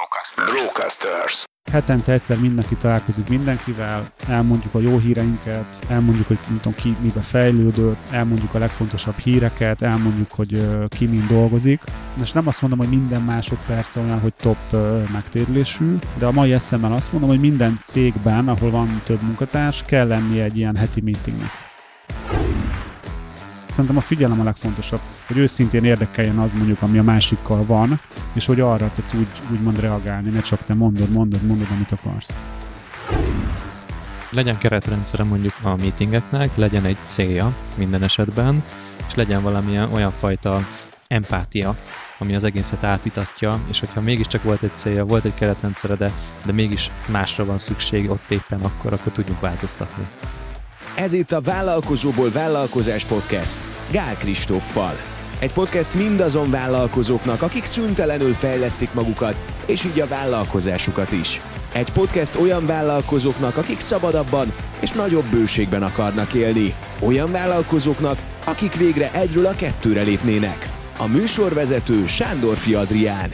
Brocasters. Hetente egyszer mindenki találkozik mindenkivel, elmondjuk a jó híreinket, elmondjuk, hogy nem tudom, ki mibe fejlődött, elmondjuk a legfontosabb híreket, elmondjuk, hogy ki mind dolgozik. És nem azt mondom, hogy minden másodperc olyan, hogy top megtérülésű, de a mai eszemmel azt mondom, hogy minden cégben, ahol van több munkatárs, kell lennie egy ilyen heti meetingnek. Szerintem a figyelem a legfontosabb, hogy őszintén érdekeljen az mondjuk, ami a másikkal van, és hogy arra te tudj úgymond reagálni, ne csak te mondod, amit akarsz. Legyen keretrendszere mondjuk a meetingeknek, legyen egy célja minden esetben, és legyen valamilyen olyan fajta empátia, ami az egészet átitatja, és hogyha mégiscsak volt egy célja, volt egy keretrendszere, de mégis másra van szükség ott éppen akkor tudjuk változtatni. Ez itt a Vállalkozóból Vállalkozás Podcast Gál Kristóffal. Egy podcast mindazon vállalkozóknak, akik szüntelenül fejlesztik magukat, és így a vállalkozásukat is. Egy podcast olyan vállalkozóknak, akik szabadabban és nagyobb bőségben akarnak élni. Olyan vállalkozóknak, akik végre egyről a kettőre lépnének. A műsorvezető Sándorfi Adrián.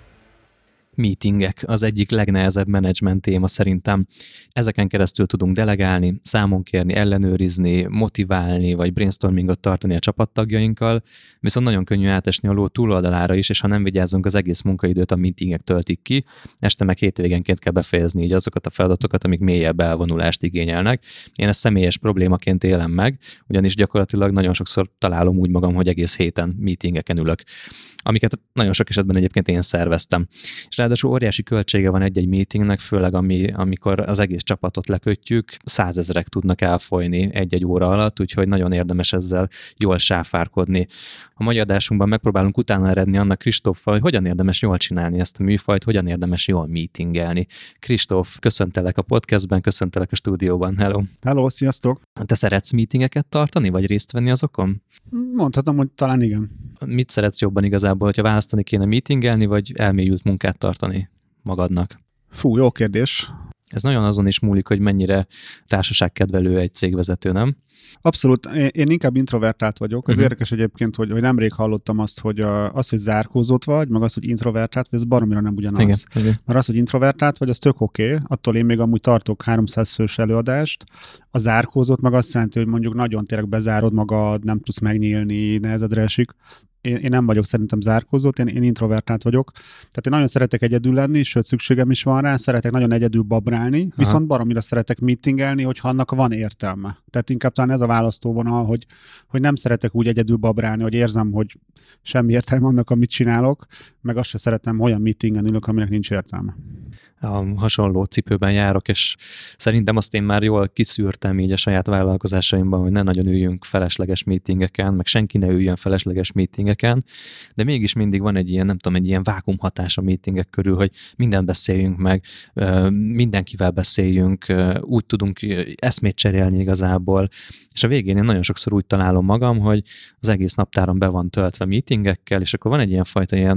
Meetingek az egyik legnehezebb menedzsment téma szerintem. Ezeken keresztül tudunk delegálni, számon kérni, ellenőrizni, motiválni, vagy brainstormingot tartani a csapattagjainkkal, viszont nagyon könnyű átesni a ló túloldalára is, és ha nem vigyázunk, az egész munkaidőt a meetingek töltik ki, este meg hétvégenként kell befejezni így azokat a feladatokat, amik mélyebb elvonulást igényelnek. Én ezt személyes problémaként élem meg, ugyanis gyakorlatilag nagyon sokszor találom úgy magam, hogy egész héten meetingeken ülök, amiket nagyon sok esetben egyébként én szerveztem. És ráadásul óriási költsége van egy-egy meetingnek, főleg amikor az egész csapatot lekötjük, 100 000 tudnak elfolyni egy-egy óra alatt, úgyhogy nagyon érdemes ezzel jól sáfárkodni. A mai adásunkban megpróbálunk utána eredni annak Kristóffal, hogy hogyan érdemes jól csinálni ezt a műfajt, hogyan érdemes jól meetingelni. Kristóf, köszöntelek a podcastben, köszöntelek a stúdióban. Hello! Hello, sziasztok! Te szeretsz meetingeket tartani, vagy részt venni azokon? Mondhatom, hogy talán igen. Mit szeretsz jobban igazából, hogyha választani kéne meetingelni, vagy elmélyült munkát tartani magadnak? Fú, jó kérdés. Ez nagyon azon is múlik, hogy mennyire társaságkedvelő egy cégvezető, nem? Abszolút. Én inkább introvertált vagyok. Ez érdekes egyébként, hogy nemrég hallottam azt, hogy hogy zárkózott vagy, meg az, hogy introvertált vagy, ez baromira nem ugyanaz. Igen. Mert az, hogy introvertált vagy, az tök oké. Attól én még amúgy tartok 300 fős előadást. A zárkózott meg azt jelenti, hogy mondjuk nagyon tényleg bezárod magad, nem tudsz megnyílni, nehezedre esik. Én nem vagyok szerintem zárkózott, én introvertált vagyok. Tehát én nagyon szeretek egyedül lenni, sőt szükségem is van rá, szeretek nagyon egyedül babrálni, viszont baromira szeretek meetingelni, hogyha annak van értelme. Tehát inkább talán ez a választóvonal, hogy nem szeretek úgy egyedül babrálni, hogy érzem, hogy semmi értelme annak, amit csinálok, meg azt se szeretem, olyan meetingen ülök, aminek nincs értelme. A hasonló cipőben járok, és szerintem azt én már jól kiszűrtem így a saját vállalkozásaimban, hogy ne nagyon üljünk felesleges meetingeken, meg senki ne üljön felesleges meetingeken, de mégis mindig van egy ilyen, nem tudom, egy ilyen vákuumhatás a meetingek körül, hogy mindent beszéljünk meg, mindenkivel beszéljünk, úgy tudunk eszmét cserélni igazából, és a végén én nagyon sokszor úgy találom magam, hogy az egész naptáram be van töltve meetingekkel, és akkor van egy ilyen fajta ilyen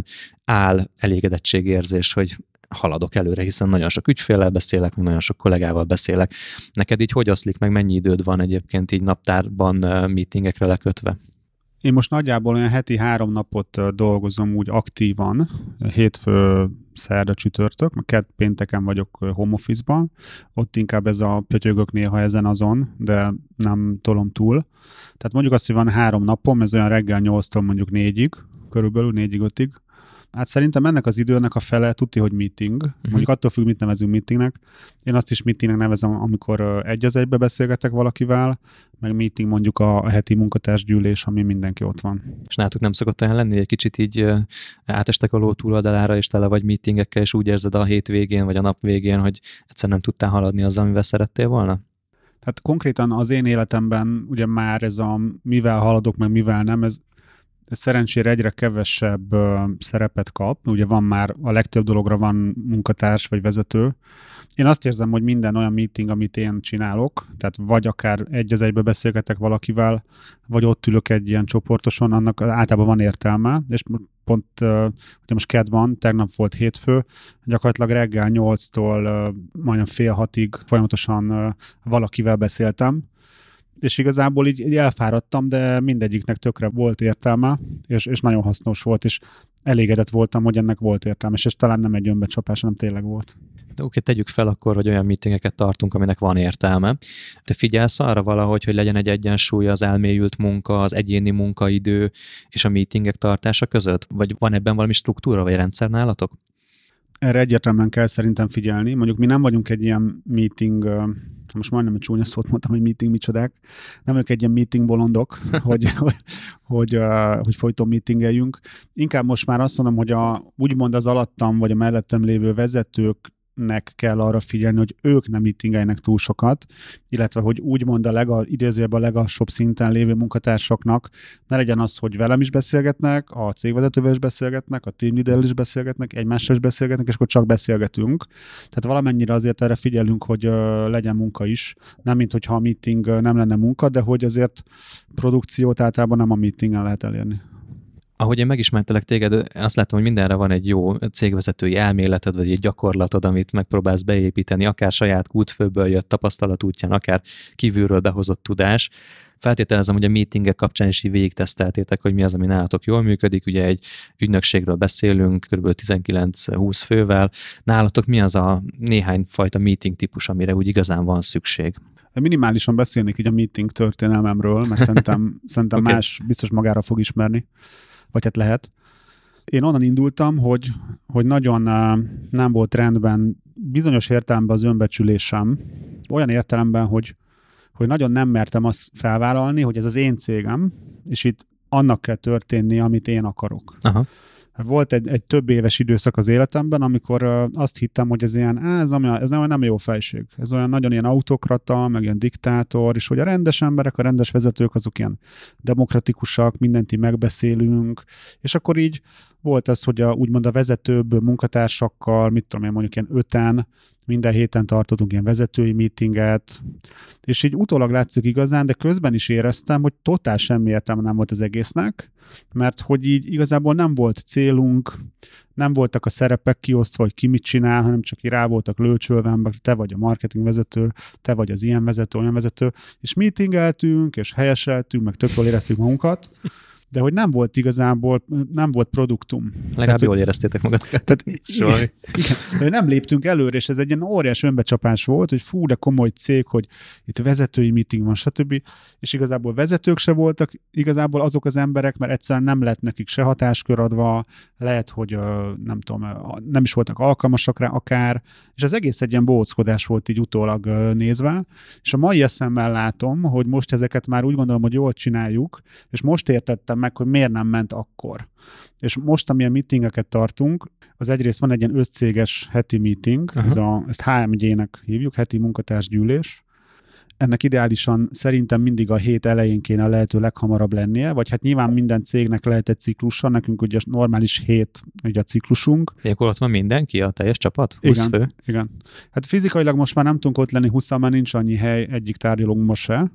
elégedettségérzés, hogy haladok előre, hiszen nagyon sok ügyféllel beszélek, meg nagyon sok kollégával beszélek. Neked így hogy oszlik meg, mennyi időd van egyébként így naptárban meetingekre lekötve? Én most nagyjából olyan heti 3 napot dolgozom úgy aktívan, hétfő, szerda, csütörtök, meg pénteken vagyok home office-ban, ott inkább ez a pötyögök néha ezen azon, de nem tolom túl. Tehát mondjuk azt, hogy van 3 napom, ez olyan reggel 8-tól mondjuk 4-ig, körülbelül 4-5-ig. Hát szerintem ennek az időnek a fele tudti, hogy meeting. Mondjuk attól függ, mit nevezünk meetingnek. Én azt is meetingnek nevezem, amikor egy az egybe beszélgetek valakivel, meg meeting mondjuk a heti munkatársgyűlés, ami mindenki ott van. És nálatok nem szokott olyan lenni, hogy egy kicsit így átestek a ló túloldalára, és tele vagy meetingekkel, és úgy érzed a hétvégén, vagy a nap végén, hogy egyszer nem tudtál haladni azzal, amivel szerettél volna? Tehát konkrétan az én életemben ugye már ez a mivel haladok, meg mivel nem, ez szerencsére egyre kevesebb szerepet kap. Ugye van már, a legtöbb dologra van munkatárs vagy vezető. Én azt érzem, hogy minden olyan meeting, amit én csinálok, tehát vagy akár egy az egybe beszélgetek valakivel, vagy ott ülök egy ilyen csoportoson, annak általában van értelme, és pont, ugye most kedd van, tegnap volt hétfő, gyakorlatilag reggel 8-tól majdnem fél 6-ig folyamatosan valakivel beszéltem, és igazából így elfáradtam, de mindegyiknek tökre volt értelme, és nagyon hasznos volt, és elégedett voltam, hogy ennek volt értelme, és talán nem egy önbecsapás, hanem tényleg volt. De oké, tegyük fel akkor, hogy olyan meetingeket tartunk, aminek van értelme. Te figyelsz arra valahogy, hogy legyen egy egyensúly az elmélyült munka, az egyéni munkaidő és a meetingek tartása között? Vagy van ebben valami struktúra vagy rendszer nálatok? Erre egyértelműen kell szerintem figyelni. Mondjuk mi nem vagyunk egy ilyen meeting, most majdnem egy csúnya szót mondtam, hogy meeting micsodák, nem vagyunk egy ilyen meeting bolondok, hogy folyton meetingeljünk. Inkább most már azt mondom, hogy úgymond az alattam vagy a mellettem lévő vezetőknek kell arra figyelni, hogy ők nem meetingeljenek túl sokat, illetve hogy úgymond idézőjelben a legalsóbb szinten lévő munkatársaknak ne legyen az, hogy velem is beszélgetnek, a cégvezetővel is beszélgetnek, a team leaderrel is beszélgetnek, egymással is beszélgetnek, és akkor csak beszélgetünk. Tehát valamennyire azért erre figyelünk, hogy legyen munka is. Nem, mint hogyha a meeting nem lenne munka, de hogy azért produkciót általában nem a meetingen lehet elérni. Ahogy én megismertelek téged, azt látom, hogy mindenre van egy jó cégvezetői elméleted, vagy egy gyakorlatod, amit megpróbálsz beépíteni, akár saját kútfőből jött tapasztalat útján, akár kívülről behozott tudás. Feltételezem, hogy a meetingek kapcsán is így végigteszteltétek, hogy mi az, ami nálatok jól működik. Ugye egy ügynökségről beszélünk, kb. 19-20 fővel. Nálatok mi az a néhány fajta meeting típus, amire úgy igazán van szükség? Minimálisan beszélnék így a meeting történelmemről, mert szerintem okay. Más biztos magára fog ismerni, vagy hát lehet. Én onnan indultam, hogy nagyon nem volt rendben bizonyos értelemben az önbecsülésem, olyan értelemben, hogy nagyon nem mertem azt felvállalni, hogy ez az én cégem, és itt annak kell történni, amit én akarok. Aha. Volt egy több éves időszak az életemben, amikor azt hittem, hogy ez nem jó fejség. Ez olyan nagyon ilyen autokrata, meg ilyen diktátor, és hogy a rendes emberek, a rendes vezetők azok ilyen demokratikusak, mindent így megbeszélünk, és akkor így volt az, hogy úgymond a vezetőbb munkatársakkal, mit tudom én, mondjuk ilyen 5-en, minden héten tartottunk ilyen vezetői meetinget, és így utólag látszik igazán, de közben is éreztem, hogy totál semmi értelme nem volt az egésznek, mert hogy így igazából nem volt célunk, nem voltak a szerepek kiosztva, hogy ki mit csinál, hanem csak így rá voltak lőcsölve, te vagy a marketing vezető, te vagy az ilyen vezető, olyan vezető, és meetingeltünk, és helyeseltünk, meg tök jól éreztük magunkat, de hogy nem volt igazából, nem volt produktum. Legalább jól éreztétek magatokat. Igen, nem léptünk előre, és ez egy ilyen óriás önbecsapás volt, hogy fú, de komoly cég, hogy itt vezetői meeting van, stb. És igazából vezetők se voltak, igazából azok az emberek, mert egyszerűen nem lett nekik se hatáskör adva, lehet, hogy nem tudom, nem is voltak alkalmasak rá akár, és az egész egy ilyen bóckodás volt így utólag nézve, és a mai eszemmel látom, hogy most ezeket már úgy gondolom, hogy jól csináljuk, és most értettem meg, hogy miért nem ment akkor. És most, amilyen meetingeket tartunk, az egyrészt van egy ilyen összcéges heti meeting, ezt HMG-nek hívjuk, heti munkatársgyűlés. Ennek ideálisan szerintem mindig a hét elején kéne a lehető leghamarabb lennie, vagy hát nyilván minden cégnek lehet egy ciklusa, nekünk ugye a normális hét ugye a ciklusunk. Ilyenkor ott van mindenki, a teljes csapat? 20 fő? Igen. Hát fizikailag most már nem tudunk ott lenni 20-an, mert nincs annyi hely egyik tárgyalónkban se.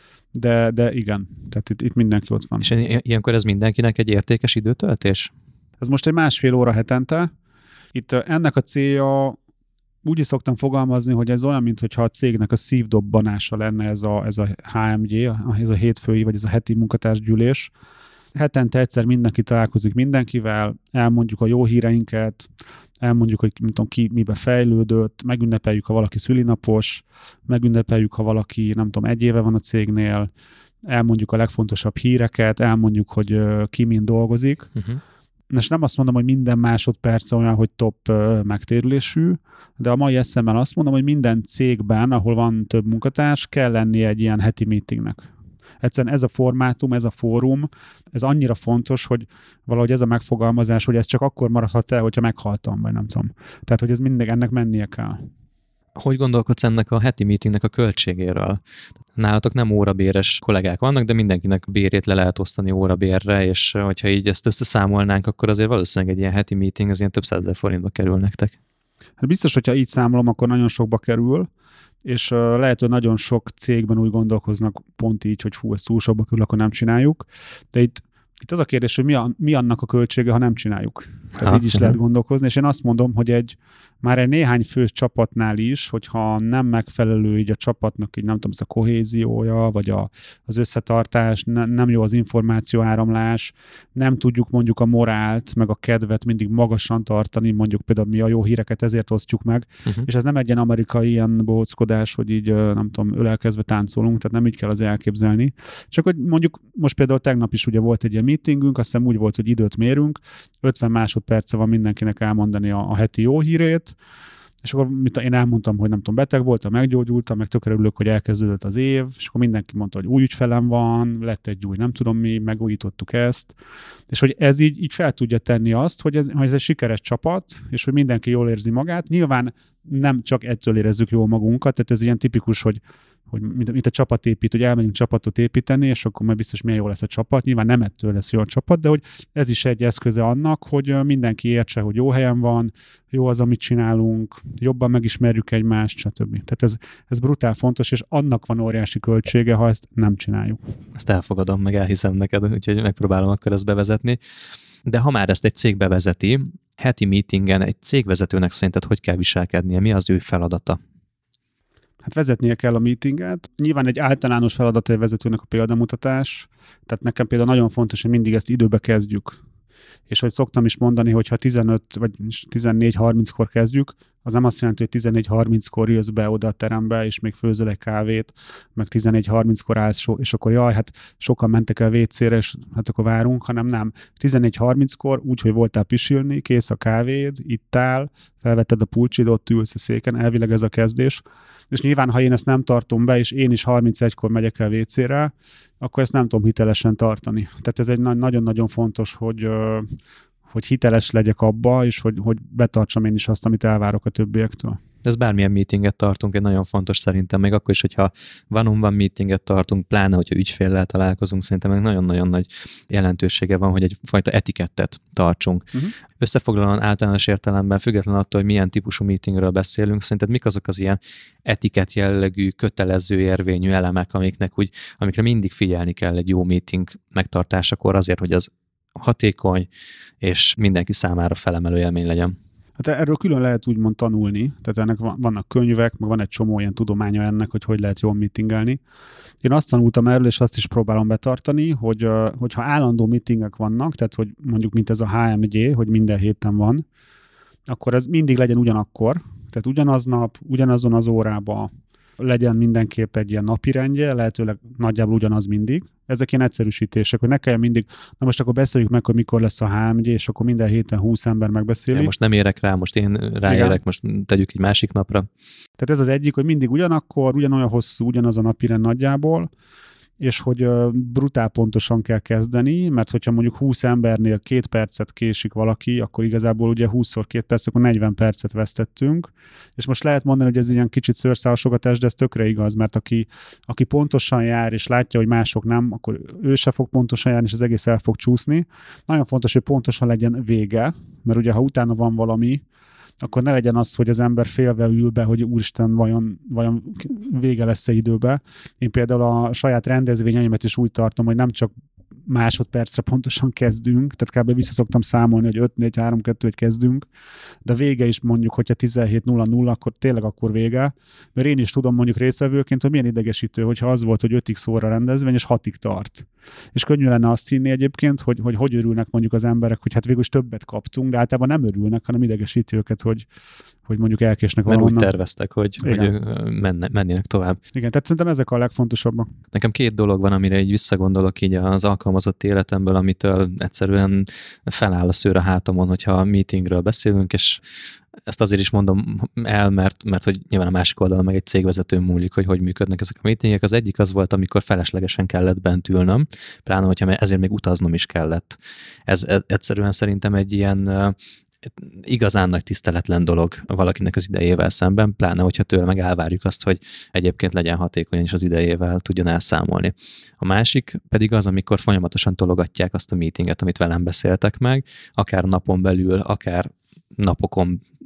De igen, tehát itt mindenki ott van. És ilyenkor ez mindenkinek egy értékes időtöltés? Ez most egy 1,5 óra hetente. Itt ennek a célja, úgy is szoktam fogalmazni, hogy ez olyan, mintha a cégnek a szívdobbanása lenne ez a HMG, ez a hétfői, vagy ez a heti munkatársgyűlés. Hetente egyszer mindenki találkozik mindenkivel, elmondjuk a jó híreinket, elmondjuk, hogy nem tudom, ki mibe fejlődött, megünnepeljük, ha valaki szülinapos, megünnepeljük, ha valaki, nem tudom, 1 éve van a cégnél, elmondjuk a legfontosabb híreket, elmondjuk, hogy ki mind dolgozik. És nem azt mondom, hogy minden másodperc olyan, hogy top megtérülésű, de a mai eszemmel azt mondom, hogy minden cégben, ahol van több munkatárs, kell lennie egy ilyen heti meetingnek. Egyszerűen ez a formátum, ez a fórum, ez annyira fontos, hogy valahogy ez a megfogalmazás, hogy ez csak akkor maradhat el, hogyha meghaltam, vagy nem tudom. Tehát, hogy ez mindig ennek mennie kell. Hogy gondolkodsz ennek a heti meetingnek a költségéről? Nálatok nem órabéres kollégák vannak, de mindenkinek bérét le lehet osztani órabérre, és hogyha így ezt összeszámolnánk, akkor azért valószínűleg egy ilyen heti meeting az ilyen több 100 000 forintba kerül nektek. Hát biztos, hogyha így számolom, akkor nagyon sokba kerül, és lehet, hogy nagyon sok cégben úgy gondolkoznak pont így, hogy fú, ez túl sokba kerül, akkor nem csináljuk. De itt az a kérdés, hogy mi annak a költsége, ha nem csináljuk. Tehát így is lehet gondolkozni, és én azt mondom, hogy egy már egy néhány fős csapatnál is, hogyha nem megfelelő így a csapatnak, így nem tudom, ez a kohéziója, vagy az összetartás, nem jó az információáramlás, nem tudjuk mondjuk a morált, meg a kedvet mindig magasan tartani, mondjuk például mi a jó híreket ezért osztjuk meg, és ez nem egy ilyen amerikai ilyen bohóckodás, hogy így nem tudom, ölelkezve táncolunk, tehát nem így kell az elképzelni. Csak hogy mondjuk most például tegnap is ugye volt egy ilyen meetingünk, azt hiszem úgy volt, hogy időt mérünk, 50 másodperce van mindenkinek elmondani a heti jó hírét, és akkor én elmondtam, hogy nem tudom, beteg voltam, meggyógyultam, meg tökre örülök, hogy elkezdődött az év, és akkor mindenki mondta, hogy új ügyfelem van, lett egy új nem tudom mi, megújítottuk ezt, és hogy ez így fel tudja tenni azt, hogy ez egy sikeres csapat, és hogy mindenki jól érzi magát. Nyilván nem csak ettől érezzük jól magunkat, tehát ez ilyen tipikus, hogy mint a csapatépít, hogy elmegyünk csapatot építeni, és akkor majd biztos milyen jó lesz a csapat. Nyilván nem ettől lesz jó a csapat, de hogy ez is egy eszköze annak, hogy mindenki értse, hogy jó helyen van, jó az, amit csinálunk, jobban megismerjük egymást, stb. Tehát ez brutál fontos, és annak van óriási költsége, ha ezt nem csináljuk. Ezt elfogadom, meg elhiszem neked, úgyhogy megpróbálom akkor ezt bevezetni. De ha már ezt egy cég bevezeti, heti meetingen egy cégvezetőnek szerinted hogy kell viselkednie? Mi az ő feladata? Hát vezetnie kell a meetinget. Nyilván egy általános feladat egy vezetőnek a példamutatás. Tehát nekem például nagyon fontos, hogy mindig ezt időbe kezdjük. És hogy szoktam is mondani, hogy ha 15 vagy 14:30-kor kezdjük, az nem azt jelenti, hogy 14:30-kor jössz be oda a terembe, és még főzöl egy kávét, meg 14:30-kor állsz, és akkor jaj, hát sokan mentek el WC-re, és hát akkor várunk, hanem nem. 14:30-kor úgy, hogy voltál pisilni, kész a kávéd, itt áll, felvetted a pulcsid, ott ülsz a széken, elvileg ez a kezdés. És nyilván, ha én ezt nem tartom be, és én is 31-kor megyek el WC-re, akkor ezt nem tudom hitelesen tartani. Tehát ez egy nagyon-nagyon fontos, hogy hiteles legyek abba, és hogy betartsam én is azt, amit elvárok a többiektől. Ez bármilyen meetinget tartunk, egy nagyon fontos szerintem, még akkor is, hogyha one-on-one meetinget tartunk, pláne, hogyha ügyféllel találkozunk, szerintem meg nagyon-nagyon nagy jelentősége van, hogy egyfajta etikettet tartsunk. Összefoglalóan általános értelemben, függetlenül attól, hogy milyen típusú meetingről beszélünk, szerinted mik azok az ilyen etiket jellegű, kötelező érvényű elemek, amikre mindig figyelni kell egy jó meeting megtartásakor azért, hogy az hatékony és mindenki számára felemelő élmény legyen? Hát erről külön lehet úgymond tanulni, tehát ennek vannak könyvek, meg van egy csomó ilyen tudománya ennek, hogy lehet jól meetingelni. Én azt tanultam erről, és azt is próbálom betartani, hogyha állandó meetingek vannak, tehát hogy mondjuk mint ez a HMG, hogy minden héten van, akkor ez mindig legyen ugyanakkor, tehát ugyanaznap, ugyanazon az órában legyen mindenképp egy ilyen napirendje, lehetőleg nagyjából ugyanaz mindig. Ezek ilyen egyszerűsítések, hogy ne kelljen mindig, na most akkor beszéljük meg, hogy mikor lesz a HMG, és akkor minden héten 20 ember megbeszéli. Most nem érek rá, most én ráérek, most tegyük egy másik napra. Tehát ez az egyik, hogy mindig ugyanakkor, ugyanolyan hosszú, ugyanaz a napirend nagyjából, és hogy brutál pontosan kell kezdeni, mert hogyha mondjuk 20 embernél 2 percet késik valaki, akkor igazából ugye 20x2 perc, akkor 40 percet vesztettünk, és most lehet mondani, hogy ez ilyen kicsit szőrszálsogatás, de ez tökre igaz, mert aki pontosan jár, és látja, hogy mások nem, akkor ő se fog pontosan járni, és az egész el fog csúszni. Nagyon fontos, hogy pontosan legyen vége, mert ugye ha utána van valami, akkor ne legyen az, hogy az ember félve ül be, hogy úristen, vajon vége lesz-e időbe. Én például a saját rendezvényeimet is úgy tartom, hogy nem csak másodpercre pontosan kezdünk, tehát kb. Vissza szoktam számolni, hogy 5, 4, 3, 2, hogy kezdünk, de vége is mondjuk, hogyha 17:00, akkor tényleg akkor vége, mert én is tudom mondjuk részvevőként, hogy milyen idegesítő, hogyha az volt, hogy 5x óra rendezvény, és 6-ig tart. És könnyű lenne azt hinni egyébként, hogy örülnek mondjuk az emberek, hogy hát végül is többet kaptunk, de általában nem örülnek, hanem idegesíti őket, hogy mondjuk elkésnek valahonnan. Mert úgy terveztek, hogy mennének tovább. Igen, tehát szerintem ezek a legfontosabbak. Nekem 2 dolog van, amire így visszagondolok így az alkalmazott életemből, amitől egyszerűen feláll a szőr a hátamon, hogyha meetingről beszélünk, és ezt azért is mondom el, mert hogy nyilván a másik oldalon meg egy cégvezetőn múlik, hogy működnek ezek a meetingek. Az egyik az volt, amikor feleslegesen kellett bent ülnöm, pláne, hogyha ezért még utaznom is kellett. Ez egyszerűen szerintem egy ilyen igazán nagy tiszteletlen dolog valakinek az idejével szemben, pláne, hogyha tőle meg elvárjuk azt, hogy egyébként legyen hatékony és az idejével tudjon elszámolni. A másik pedig az, amikor folyamatosan tologatják azt a meetinget, amit velem beszéltek meg, akár napon belül, akár napokon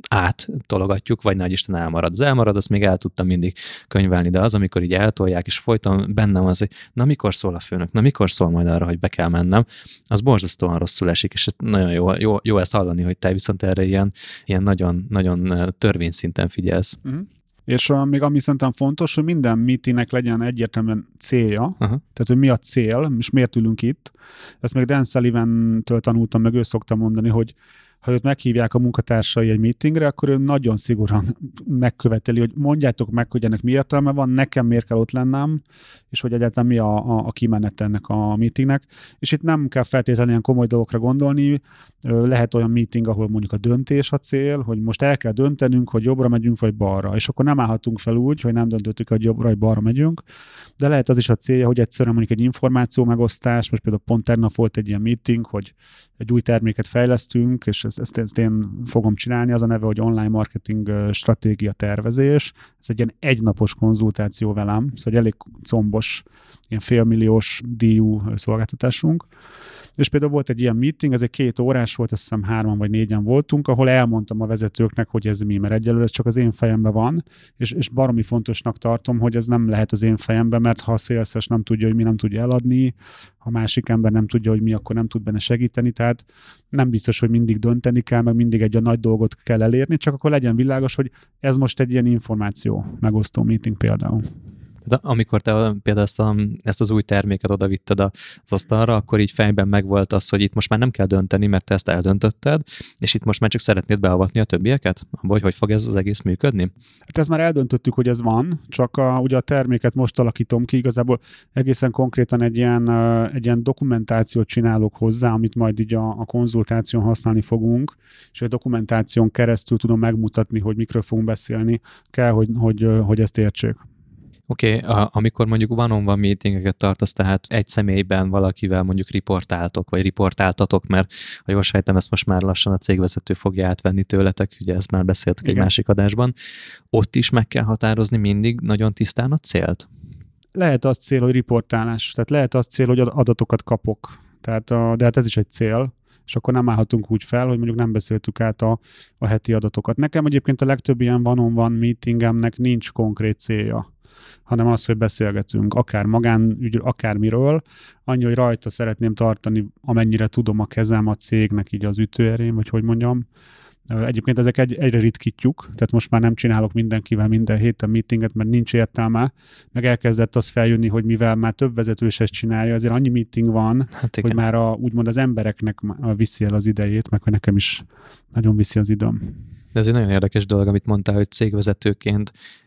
áttologatjuk, vagy nagy Isten elmarad, azt még el tudtam mindig könyvelni, de az, amikor így eltolják, és folyton bennem az, hogy na mikor szól a főnök, na mikor szól majd arra, hogy be kell mennem, az borzasztóan rosszul esik, és nagyon jó ezt hallani, hogy te viszont erre ilyen nagyon, nagyon törvényszinten figyelsz. Uh-huh. És még ami szerintem fontos, hogy minden meetingnek legyen egyértelműen célja, tehát hogy mi a cél, és miért ülünk itt. Ezt még Dan Sullivan-től tanultam, meg ő szokta mondani, hogy ha őt meghívják a munkatársai egy meetingre, akkor ő nagyon szigorúan megköveteli, hogy mondjátok meg, hogy ennek mi értelme van, nekem miért kell ott lennem, és hogy egyáltalán mi a kimenet ennek a meetingnek. És itt nem kell feltétlenül ilyen komoly dolgokra gondolni, lehet olyan meeting, ahol mondjuk a döntés a cél, hogy most el kell döntenünk, hogy jobbra megyünk, vagy balra, és akkor nem állhatunk fel úgy, hogy nem döntöttük, hogy jobbra, vagy balra megyünk, de lehet az is a célja, hogy egyszerűen mondjuk egy információ megosztás, most például pont tegnap volt egy ilyen meeting, hogy egy új terméket fejlesztünk, és ezt én fogom csinálni, az a neve, hogy online marketing stratégia tervezés. Ez egy ilyen egynapos konzultáció velem, szóval elég combos, ilyen félmilliós díjú szolgáltatásunk. És például volt egy ilyen meeting, ez egy 2 órás volt, azt hiszem 3 vagy 4 voltunk, ahol elmondtam a vezetőknek, hogy ez mi, mert egyelőre ez csak az én fejemben van, és baromi fontosnak tartom, hogy ez nem lehet az én fejemben, mert ha a szélszes nem tudja, hogy mi nem tudja eladni, ha másik ember nem tudja, hogy mi, akkor nem tud benne segíteni, tehát nem biztos, hogy mindig dönteni kell, meg mindig egy nagy dolgot kell elérni, csak akkor legyen világos, hogy ez most egy ilyen információ megosztó meeting például. De amikor te például ezt az új terméket odavitted az asztalra, akkor így fejben megvolt az, hogy itt most már nem kell dönteni, mert te ezt eldöntötted, és itt most már csak szeretnéd beavatni a többieket? Hogy fog ez az egész működni? Hát ezt már eldöntöttük, hogy ez van, csak ugye a terméket most alakítom ki, igazából egészen konkrétan egy ilyen dokumentációt csinálok hozzá, amit majd így a konzultáción használni fogunk, és a dokumentáción keresztül tudom megmutatni, hogy mikről fogunk beszélni, kell, hogy ezt értsék. Oké, amikor mondjuk one-on-one meetingeket tartasz, tehát egy személyben valakivel mondjuk riportáltok, vagy riportáltatok, mert ha jól sejtem, ezt most már lassan a cégvezető fogja átvenni tőletek, ugye ezt már beszéltük egy másik adásban, ott is meg kell határozni mindig nagyon tisztán a célt? Lehet az cél, hogy riportálás, tehát lehet az cél, hogy adatokat kapok, de hát ez is egy cél, és akkor nem állhatunk úgy fel, hogy mondjuk nem beszéltük át a heti adatokat. Nekem egyébként a legtöbb ilyen one-on-one meetingemnek nincs konkrét célja, hanem az, hogy beszélgetünk, akár magánügy, akármiről, annyi, hogy rajta szeretném tartani, amennyire tudom a kezem a cégnek így az ütőerén, vagy hogy mondjam. Egyébként ezek egyre ritkítjuk, tehát most már nem csinálok mindenkivel minden héten meetinget, mert nincs értelme, meg elkezdett az feljönni, hogy mivel már több vezető is ezt csinálja, ezért annyi meeting van, hogy már úgymond az embereknek viszi el az idejét, meg hogy nekem is nagyon viszi az időm. De ez egy nagyon érdekes dolog, amit mondtál, hogy cégvezetőként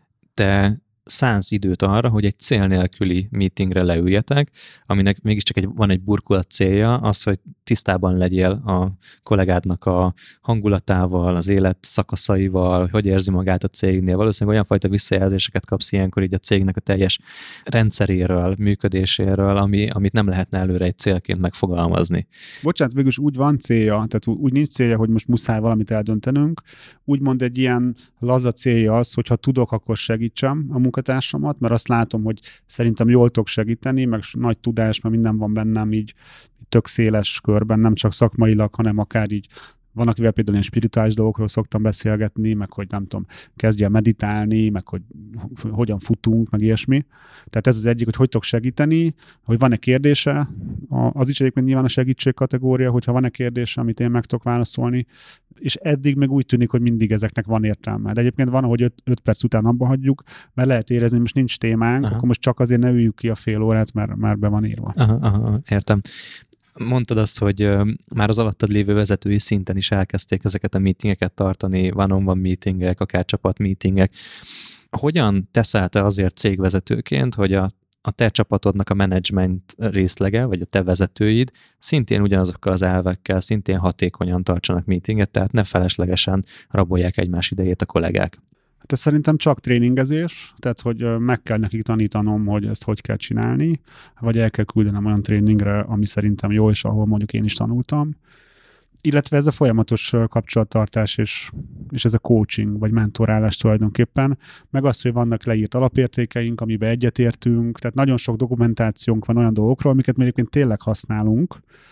te szánsz időt arra, hogy egy cél nélküli meetingre leüljetek, aminek mégiscsak van egy burkolat célja, az, hogy tisztában legyél a kollégádnak a hangulatával, az élet szakaszaival, hogy érzi magát a cégnél. Valószínűleg olyan fajta visszajelzéseket kapsz ilyenkor így a cégnek a teljes rendszeréről, működéséről, amit nem lehetne előre egy célként megfogalmazni. Bocsánat, végülis úgy van célja, tehát úgy nincs célja, hogy most muszáj valamit eldöntenünk. Úgymond egy ilyen laza célja az, hogy ha tudok, akkor segítsem a munkatársamat, mert azt látom, hogy szerintem jól tudok segíteni, meg nagy tudás, mert minden van bennem így tök széles körben, nem csak szakmailag, hanem akár így van, akivel például ilyen spirituális dolgokról szoktam beszélgetni, meg hogy nem tudom, kezdje meditálni, meg hogy hogyan futunk, meg ilyesmi. Tehát ez az egyik, hogy tudok segíteni, hogy van-e kérdése, az is egyébként nyilván a segítség kategória, hogyha van-e kérdése, amit én meg tudok válaszolni, és eddig meg úgy tűnik, hogy mindig ezeknek van értelme. De egyébként van, hogy 5 perc után abba hagyjuk, mert lehet érezni, hogy most nincs témánk, akkor most csak azért ne üljük ki a fél órát, mert már be van írva. Értem. Mondtad azt, hogy már az alattad lévő vezetői szinten is elkezdték ezeket a meetingeket tartani, one-on-one meetingek, akár csapatmeetingek. Hogyan teszel te azért cégvezetőként, hogy a te csapatodnak a menedzsment részlege, vagy a te vezetőid szintén ugyanazokkal az elvekkel, szintén hatékonyan tartsanak meetinget, tehát ne feleslegesen rabolják egymás idejét a kollégák? Hát ez szerintem csak tréningezés, tehát hogy meg kell nekik tanítanom, hogy ezt hogy kell csinálni, vagy el kell küldenem olyan tréningre, ami szerintem jó, és ahol mondjuk én is tanultam. Illetve ez a folyamatos kapcsolattartás, és ez a coaching, vagy mentorálás tulajdonképpen, meg az, hogy vannak leírt alapértékeink, amiben egyetértünk, tehát nagyon sok dokumentációnk van olyan dolgokról, amiket egyébként tényleg használunk,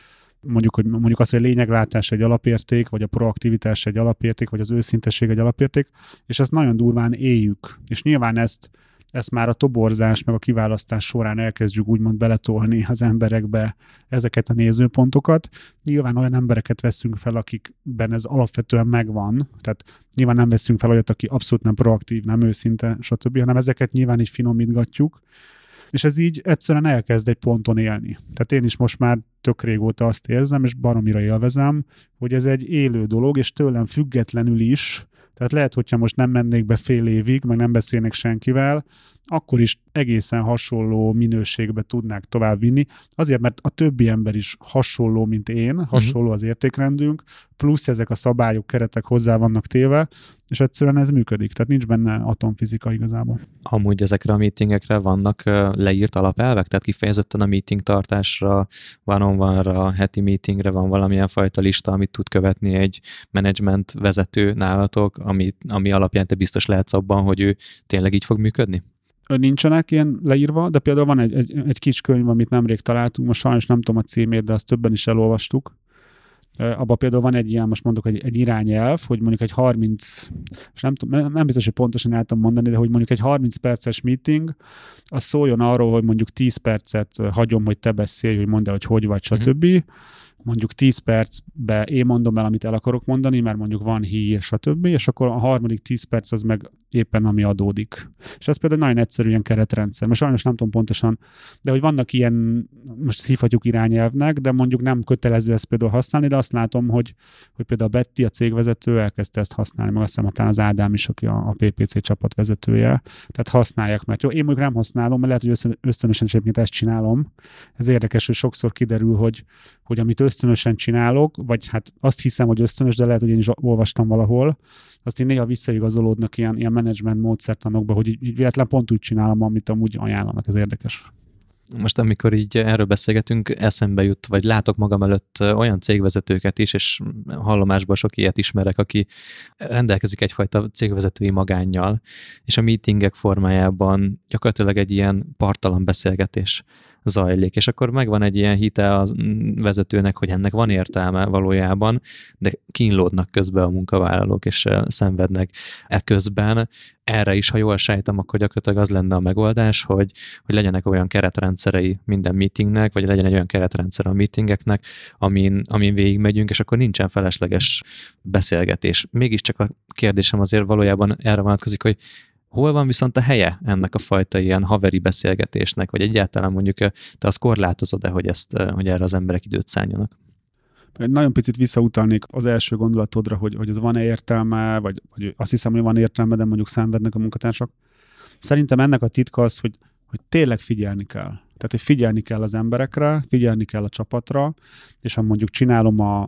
mondjuk az, hogy a lényeglátás egy alapérték, vagy a proaktivitás egy alapérték, vagy az őszintesség egy alapérték, és ezt nagyon durván éljük. És nyilván ezt már a toborzás, meg a kiválasztás során elkezdjük úgymond beletolni az emberekbe ezeket a nézőpontokat. Nyilván olyan embereket veszünk fel, akikben ez alapvetően megvan, tehát nyilván nem veszünk fel olyat, aki abszolút nem proaktív, nem őszinte, stb., hanem ezeket nyilván így finomítgatjuk, és ez így egyszerűen elkezd egy ponton élni. Tehát én is most már tök régóta azt érzem, és baromira élvezem, hogy ez egy élő dolog, és tőlem függetlenül is. Tehát lehet, hogyha most nem mennék be fél évig, meg nem beszélnek senkivel, akkor is egészen hasonló minőségbe tudnák továbbvinni. Azért, mert a többi ember is hasonló, mint én, hasonló az értékrendünk, plusz ezek a szabályok, keretek hozzá vannak téve, és egyszerűen ez működik. Tehát nincs benne atomfizika igazából. Amúgy ezekre a meetingekre vannak leírt alapelvek? Tehát kifejezetten a meeting tartásra, one-on-one-ra, heti meetingre van valamilyen fajta lista, amit tud követni egy menedzsment vezető nálatok, ami alapján te biztos lehetsz abban, hogy ő tényleg így fog működni? Nincsenek ilyen leírva, de például van egy kis könyv, amit nemrég találtunk, most sajnos nem tudom a címét, de azt többen is elolvastuk. Abban például van egy ilyen, most mondok, egy irányelv, hogy mondjuk egy 30, és nem biztos, hogy pontosan el tudom mondani, de hogy mondjuk egy 30 perces meeting, az szóljon arról, hogy mondjuk 10 percet hagyom, hogy te beszélj, hogy mondd el, hogy vagy, stb. Mondjuk 10 percbe én mondom el, amit el akarok mondani, mert mondjuk van hír, stb. És akkor a harmadik 10 perc az meg éppen ami adódik. És ez például nagyon egyszerű ilyen keretrendszer. Most sajnos nem tudom pontosan, de hogy vannak ilyen, most hívhatjuk irányelvnek, de mondjuk nem kötelező ezt például használni, de azt látom, hogy például a Betty, a cégvezető elkezdte ezt használni, meg azt hiszem talán az Ádám is, aki a PPC csapat vezetője. Tehát használják, mert jó, én mondjuk nem használom, mert lehet, hogy ösztönösen egyébként ezt csinálom. Ez érdekes, hogy sokszor kiderül, hogy amit ösztönösen csinálok, vagy hát azt hiszem, hogy ösztönös, de lehet, hogy én is olvastam valahol, azt én néha visszaigazolódnak ilyen menedzsment módszertanokba, hogy így véletlen pont úgy csinálom, amit amúgy ajánlanak, ez érdekes. Most amikor így erről beszélgetünk, eszembe jut, vagy látok magam előtt olyan cégvezetőket is, és hallomásban sok ilyet ismerek, aki rendelkezik egyfajta cégvezetői magánnyal, és a meetingek formájában gyakorlatilag egy ilyen parttalan beszélgetés zajlik, és akkor megvan egy ilyen hite a vezetőnek, hogy ennek van értelme valójában, de kínlódnak közben a munkavállalók, és szenvednek közben. Erre is, ha jól sejtem, akkor gyakorlatilag az lenne a megoldás, hogy legyenek olyan keretrendszerei minden meetingnek, vagy legyen egy olyan keretrendszer a meetingeknek, amin végigmegyünk, és akkor nincsen felesleges beszélgetés. Mégiscsak a kérdésem azért valójában erre vonatkozik, hogy hol van viszont a helye ennek a fajta ilyen haveri beszélgetésnek, vagy egyáltalán mondjuk te azt korlátozod-e, hogy erre az emberek időt szálljanak? Nagyon picit visszautalnék az első gondolatodra, hogy ez van-e értelme, vagy azt hiszem, hogy van értelme, de mondjuk szenvednek a munkatársak. Szerintem ennek a titka az, hogy tényleg figyelni kell. Tehát, hogy figyelni kell az emberekre, figyelni kell a csapatra, és ha mondjuk csinálom a